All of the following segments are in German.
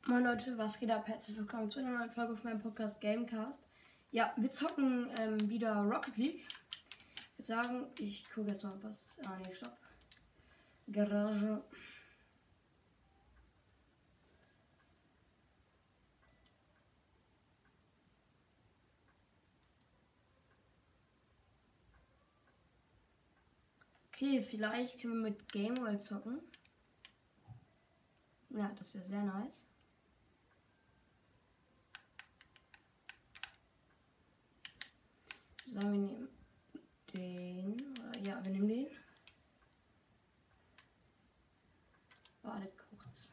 Moin Leute, was geht ab? Herzlich willkommen zu einer neuen Folge auf meinem Podcast Gamecast. Ja, wir zocken wieder Rocket League. Ich würde sagen, ich gucke jetzt mal was. Nee, stopp. Garage. Okay, vielleicht können wir mit Gamewell zocken. Ja, das wäre sehr nice. Sagen wir nehmen den. Ja, wir nehmen den. Wartet kurz.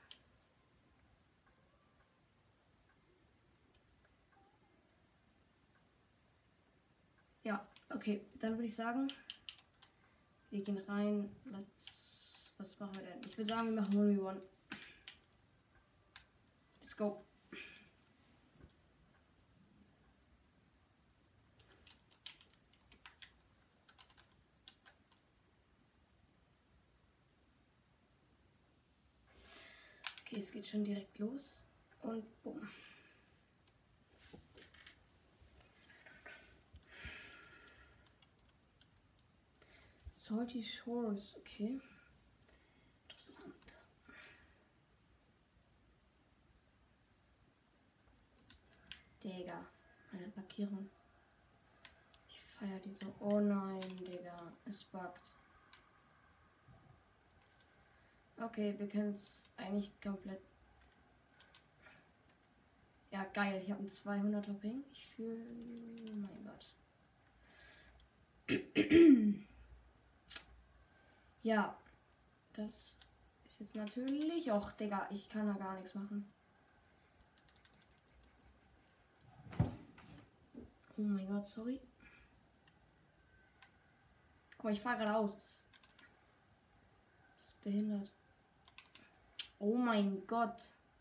Ja, okay, dann würde ich sagen, wir gehen rein. Was machen wir denn? Ich würde sagen, wir machen 1v1. Let's go. Okay, es geht schon direkt los. Und bumm. Salty Shores, okay. Interessant. Digga, eine Markierung. Ich feiere diese. Oh nein, Digga, es buggt. Okay, wir können es eigentlich komplett. Ja, geil, ich habe einen 200er Ping. Ich fühle. Mein Gott. Ja, das ist jetzt natürlich. Och, Digga, ich kann da gar nichts machen. Oh mein Gott, sorry. Guck mal, ich fahre gerade aus. Das ist behindert. Oh mein Gott.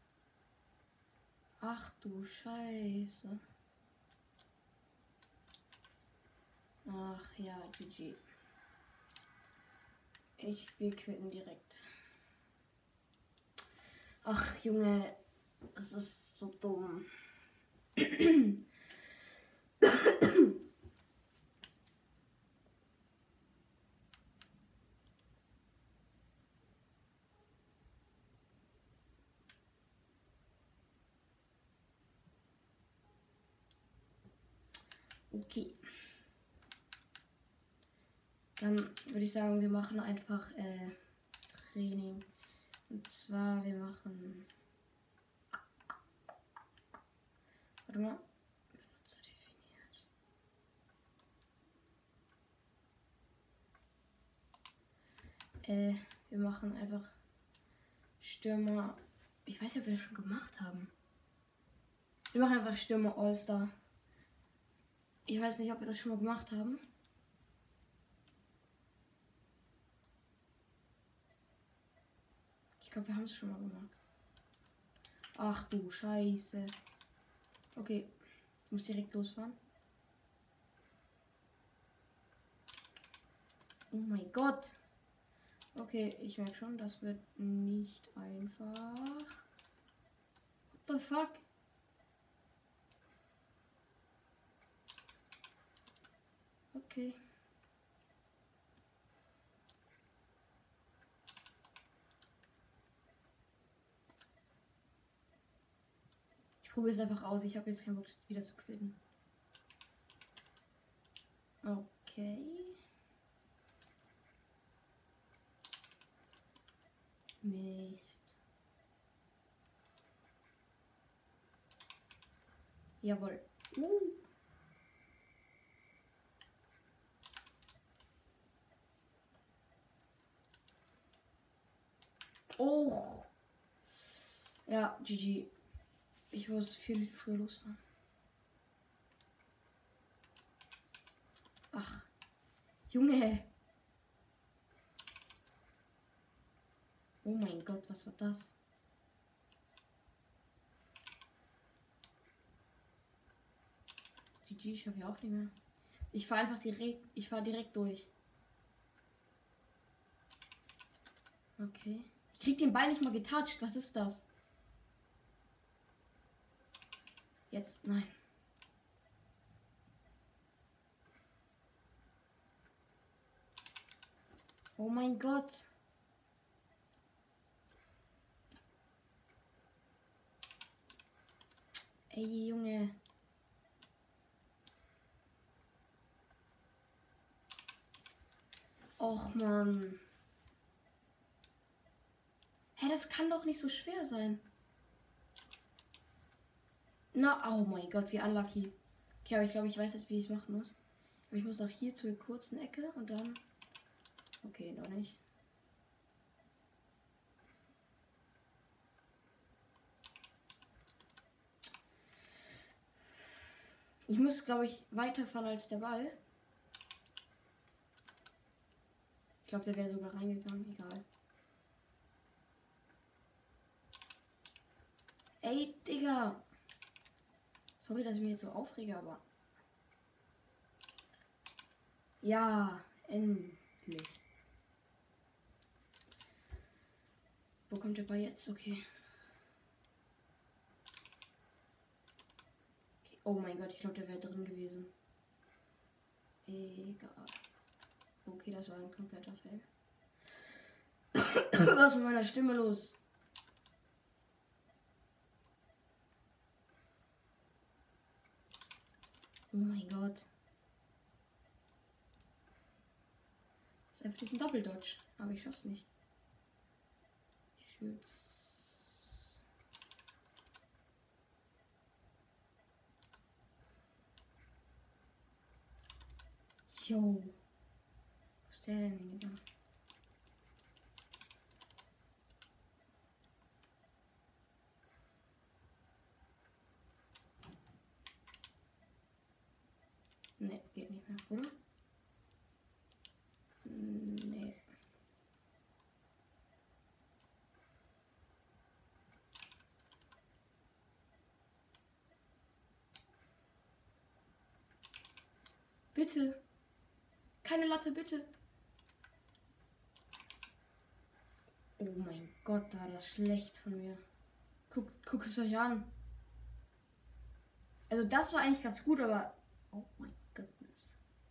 Ach du Scheiße. Ach ja, GG. Wir quitten direkt. Ach Junge, es ist so dumm. Okay. Dann würde ich sagen, wir machen einfach Training. Und zwar, wir machen. Warte mal. Benutzer definiert. Wir machen einfach Stürmer. Ich weiß nicht, ob wir das schon gemacht haben. Wir machen einfach Stürmer All-Star. Ich weiß nicht, ob wir das schon mal gemacht haben. Ich glaube, wir haben es schon mal gemacht. Ach du Scheiße. Okay, ich muss direkt losfahren. Oh mein Gott. Okay, ich merke schon, das wird nicht einfach. What the fuck? Okay. Ich probiere es einfach aus. Ich habe jetzt keinen Bock, wieder zu quitten. Okay. Mist. Jawohl. Oh. Ja, GG. Ich muss viel früher losfahren. Ach. Junge. Oh mein Gott, was war das? GG, ich habe ja auch nicht mehr. Ich fahre einfach direkt. Ich fahre direkt durch. Okay. Ich krieg den Ball nicht mal getoucht. Was ist das? Jetzt, nein. Oh mein Gott. Ey, Junge. Och, Mann. Hä, das kann doch nicht so schwer sein. Na, oh mein Gott, wie unlucky. Okay, aber ich glaube, ich weiß jetzt, wie ich es machen muss. Aber ich muss auch hier zur kurzen Ecke und dann... Okay, noch nicht. Ich muss, glaube ich, weiterfahren als der Ball. Ich glaube, der wäre sogar reingegangen. Egal. Ey, Digga. Sorry, dass ich mich jetzt so aufrege, aber... Ja, endlich. Wo kommt der Ball jetzt? Okay. Oh mein Gott, ich glaube, der wäre drin gewesen. Egal. Okay, das war ein kompletter Fail. Was ist mit meiner Stimme los? Oh mein Gott. Das ist einfach diesen Doppeldodge. Aber ich schaff's nicht. Ich fühl's. Jo. Wo ist der denn hingegangen? Ne, geht nicht mehr, oder? Nee. Bitte. Keine Latte, bitte. Oh mein Gott, da war das schlecht von mir. Guckt es euch an. Also das war eigentlich ganz gut, aber... Oh mein Goodness.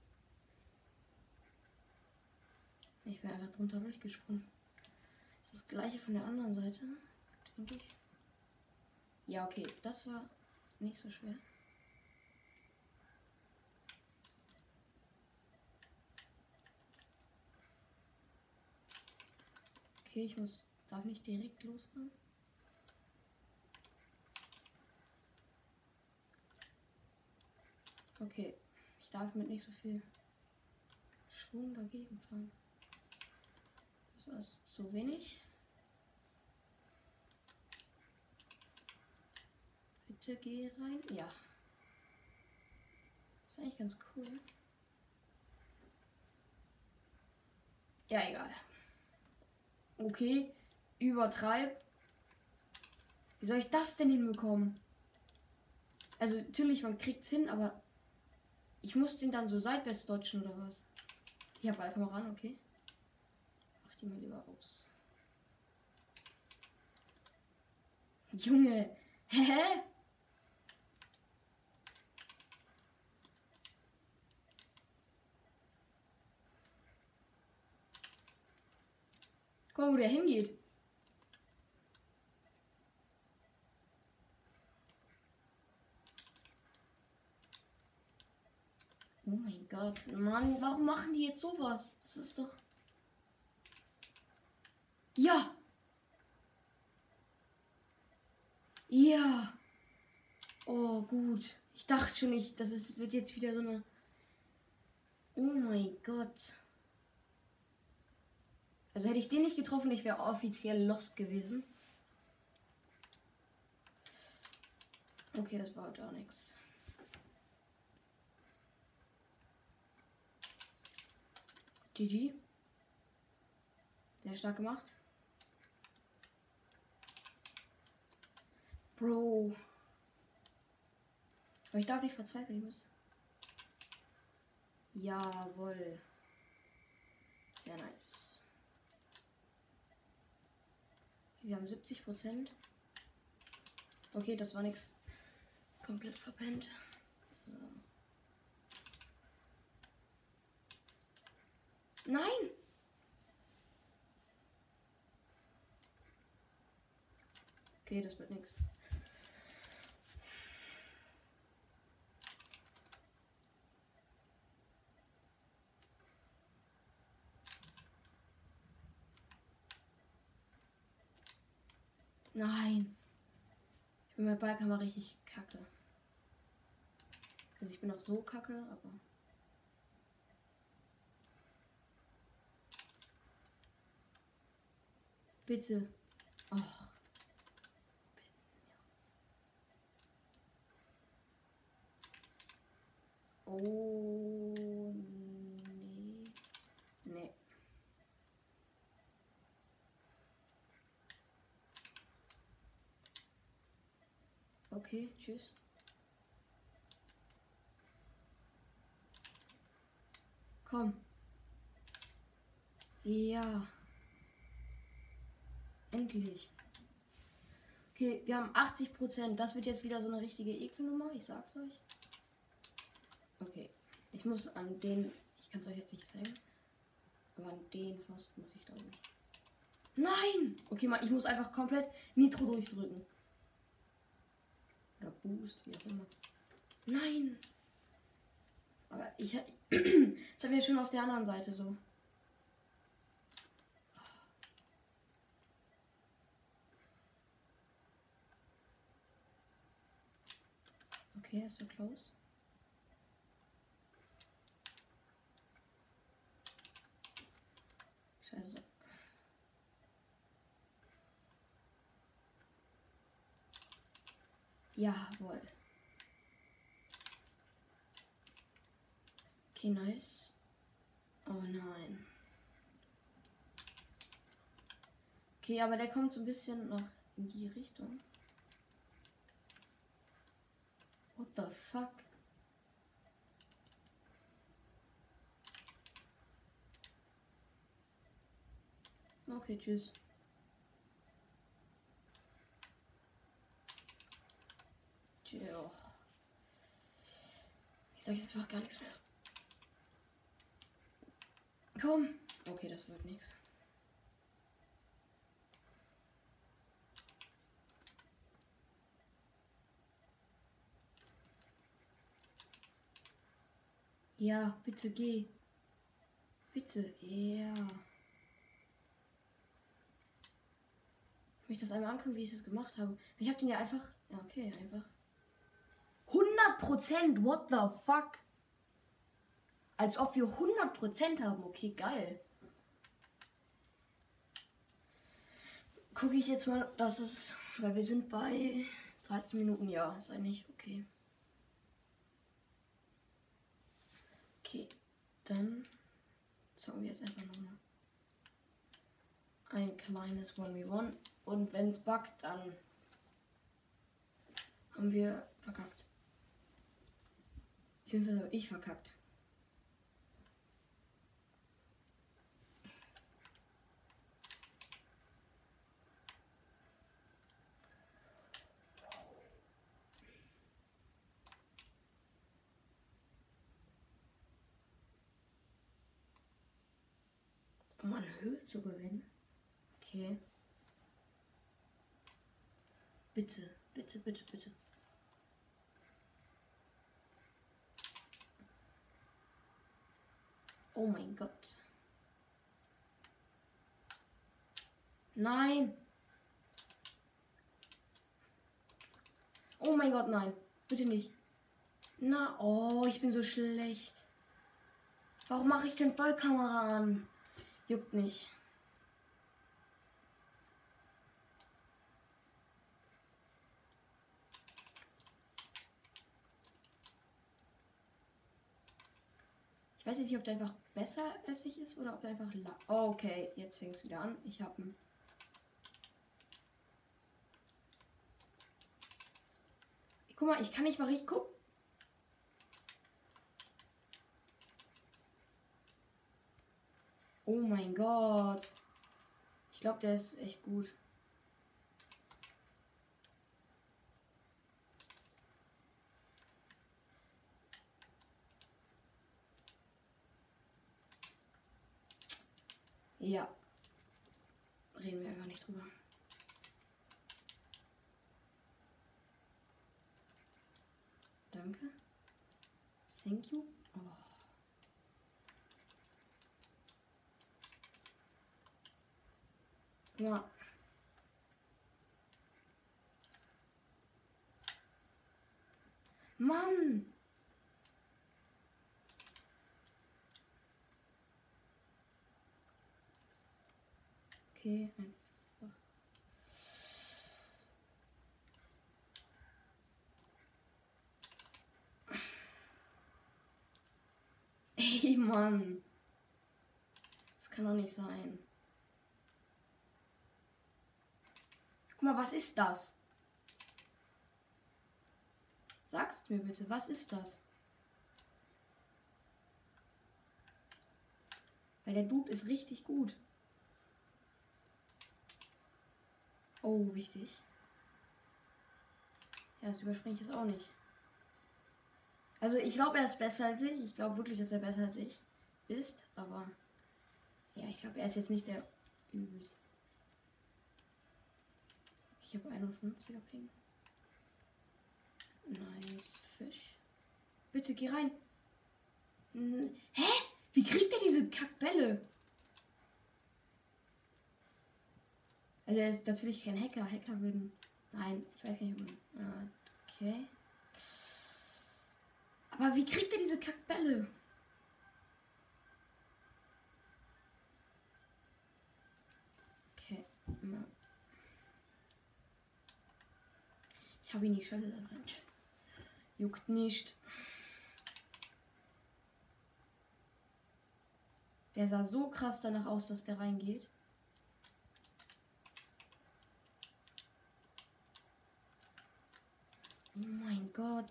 Ich bin einfach drunter durchgesprungen. Das ist das gleiche von der anderen Seite, denke ich. Ja, okay, das war nicht so schwer. Okay, darf nicht direkt losfahren. Okay, ich darf mit nicht so viel Schwung dagegen fahren. Das ist zu wenig. Bitte geh rein. Ja. Ist eigentlich ganz cool. Ja, egal. Okay, übertreib. Wie soll ich das denn hinbekommen? Also natürlich, man kriegt's hin, aber ich muss den dann so seitwärts dodgen oder was? Ja, Ball komm mal ran, okay. Mach die mal lieber aus. Junge, hä? Guck mal, wo der hingeht. Oh mein Gott. Mann, warum machen die jetzt sowas? Das ist doch... Ja! Ja! Oh, gut. Ich dachte schon nicht, wird jetzt wieder so eine... Oh mein Gott. Also hätte ich den nicht getroffen, ich wäre offiziell lost gewesen. Okay, das war gar nichts. GG. Sehr stark gemacht. Bro. Aber ich darf nicht verzweifeln, ich muss. Jawohl. Sehr nice. Wir haben 70%. Okay, das war nix. Komplett verpennt. So. Nein! Okay, das wird nichts. Nein. Ich bin bei Ballkammer richtig kacke. Also ich bin auch so kacke, aber... Bitte. Och. Oh, nee. Nee. Okay, tschüss. Komm. Ja. Endlich. Okay, wir haben 80%. Das wird jetzt wieder so eine richtige Ekelnummer. Ich sag's euch. Okay. Ich muss an den... Ich kann es euch jetzt nicht zeigen. Aber an den Pfosten muss ich, glaube ich. Nein! Okay, mal, ich muss einfach komplett Nitro durchdrücken. Oder Boost, wie auch immer. Nein! Aber ich... Das haben wir schon auf der anderen Seite so. Okay, ist so close. Scheiße. Jawohl. Okay, nice. Oh nein. Okay, aber der kommt so ein bisschen noch in die Richtung. What the fuck? Okay, tschüss. Tja. Ich sag jetzt einfach gar nichts mehr. Komm. Okay, das wird nichts. Ja, bitte geh. Bitte. Ja. Ich möchte das einmal angucken, wie ich das gemacht habe. Ich habe den ja einfach... Ja, okay, einfach... 100%! What the fuck? Als ob wir 100% haben. Okay, geil. Gucke ich jetzt mal, dass es... Weil wir sind bei 13 Minuten. Ja, ist eigentlich okay. Okay, dann zocken wir jetzt einfach nochmal ein kleines 1v1. Und wenn es buggt, dann haben wir verkackt. Beziehungsweise habe ich verkackt. Um an Höhe zu gewinnen. Okay. Bitte, bitte, bitte, bitte. Oh mein Gott. Nein. Oh mein Gott, nein. Bitte nicht. Na, oh, ich bin so schlecht. Warum mache ich denn Vollkamera an? Juckt nicht. Ich weiß jetzt nicht, ob der einfach besser als ich ist oder ob der einfach okay, jetzt fängt es wieder an. Ich habe einen. Guck mal, ich kann nicht mal richtig gucken. Oh mein Gott. Ich glaube, der ist echt gut. Ja. Reden wir einfach nicht drüber. Danke. Thank you. Oh. Ja. Mann! Okay, einfach. Ey, Mann! Das kann doch nicht sein. Guck mal, was ist das? Sagst mir bitte, was ist das? Weil der Dude ist richtig gut. Oh, wichtig. Ja, das überspringe ich jetzt auch nicht. Also ich glaube, er ist besser als ich. Ich glaube wirklich, dass er besser als ich ist. Aber ja, ich glaube, er ist jetzt nicht der übelste. Ich habe 51er Ping. Nice Fisch. Bitte geh rein. Hä? Wie kriegt er diese Kackbälle? Also er ist natürlich kein Hacker. Hacker würden... Nein, ich weiß nicht, ob man... Okay. Aber wie kriegt er diese Kackbälle? Okay. Ich habe ihn die Schelle verbrannt. Juckt nicht. Der sah so krass danach aus, dass der reingeht. Oh mein Gott.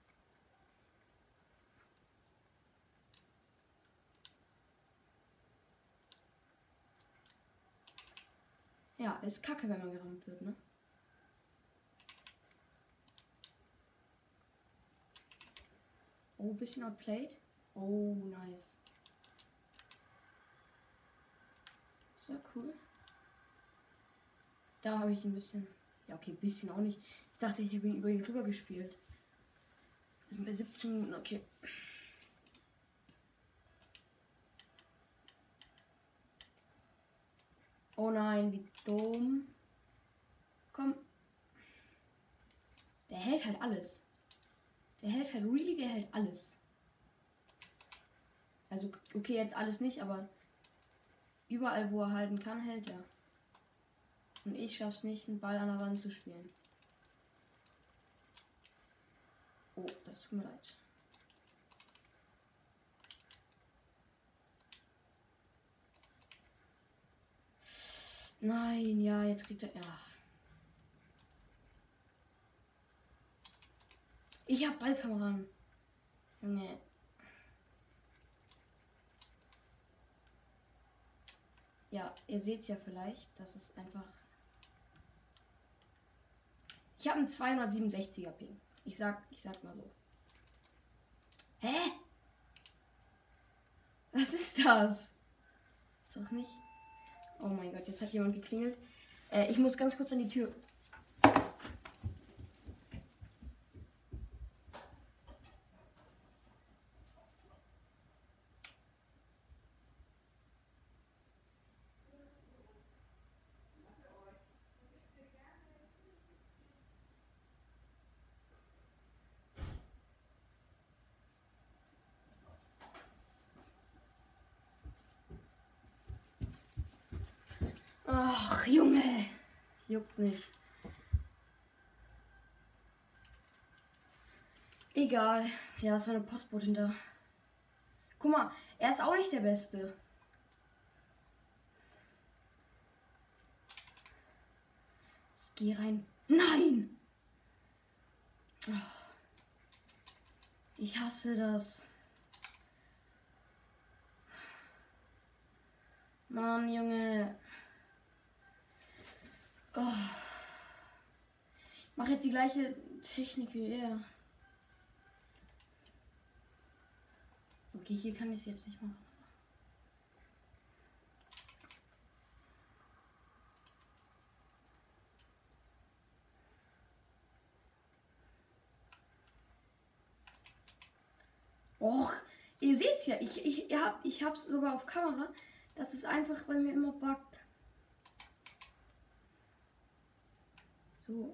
Ja, ist kacke, wenn man gerammt wird, ne? Oh, bisschen outplayed. Oh, nice. Sehr cool. Da habe ich ein bisschen... Ja, okay, ein bisschen auch nicht. Ich dachte, ich habe ihn über ihn rüber gespielt. Wir sind bei 17 Minuten, okay. Oh nein, wie dumm. Komm. Der hält halt alles. Der hält halt der hält alles. Also, okay, jetzt alles nicht, aber überall, wo er halten kann, hält er. Und ich schaff's nicht, einen Ball an der Wand zu spielen. Oh, das tut mir leid. Nein, ja, jetzt kriegt er... Ja. Ich hab Ballkameraden. Nee. Ja, ihr seht's ja vielleicht, das ist einfach... Ich habe einen 267er Ping. Ich sag mal so. Hä? Was ist das? Ist doch nicht... Oh mein Gott, jetzt hat jemand geklingelt. Ich muss ganz kurz an die Tür. Ach, Junge. Juckt nicht. Egal. Ja, es war eine Postbotin da. Guck mal, er ist auch nicht der Beste. Ich geh rein. Nein! Ich hasse das. Mann, Junge. Oh. Ich mache jetzt die gleiche Technik wie er. Okay, hier kann ich es jetzt nicht machen. Och, ihr seht's ja. Ich hab's sogar auf Kamera. Das ist einfach bei mir immer buggt. So.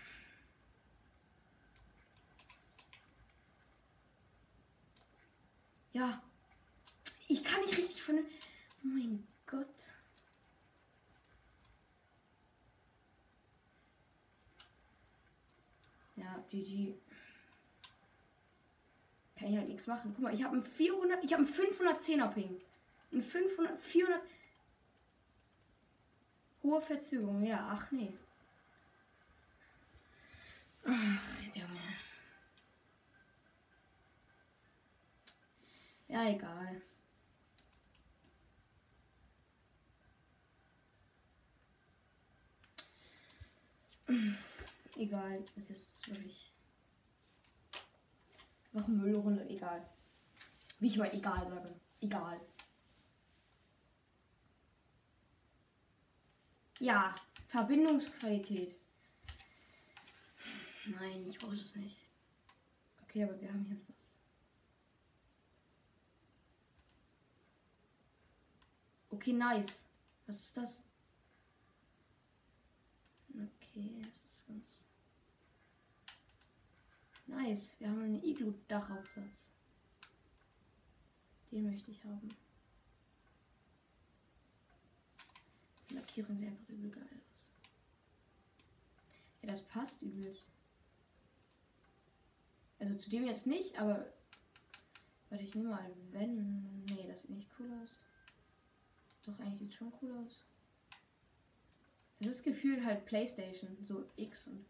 Ja. Ich kann nicht richtig von... Oh mein Gott. Ja, GG. Kann ich halt nichts machen. Guck mal, ich habe einen 510er Ping. Ein 400... Hohe Verzögerung, ja, ach nee. Ach, Junge. Ja, egal. Egal, es ist wirklich... Noch Müllrunde, egal. Wie ich mal egal sage. Egal. Ja, Verbindungsqualität. Nein, ich brauche das nicht. Okay, aber wir haben hier was. Okay, nice. Was ist das? Okay, das ist ganz... Nice. Wir haben einen Iglu-Dachaufsatz. Den möchte ich haben. Lackieren sie einfach übel geil aus. Ja, das passt übelst. Also zu dem jetzt nicht, aber... Warte, ich nehme mal, wenn... Nee, das sieht nicht cool aus. Doch, eigentlich sieht schon cool aus. Es ist gefühlt halt PlayStation, so X und...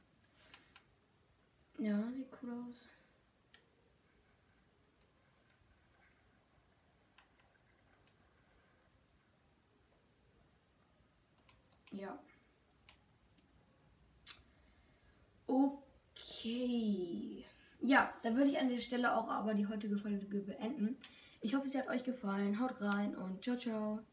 Ja, sieht cool aus. Ja. Okay. Ja, dann würde ich an der Stelle auch aber die heutige Folge beenden. Ich hoffe, sie hat euch gefallen. Haut rein und ciao, ciao.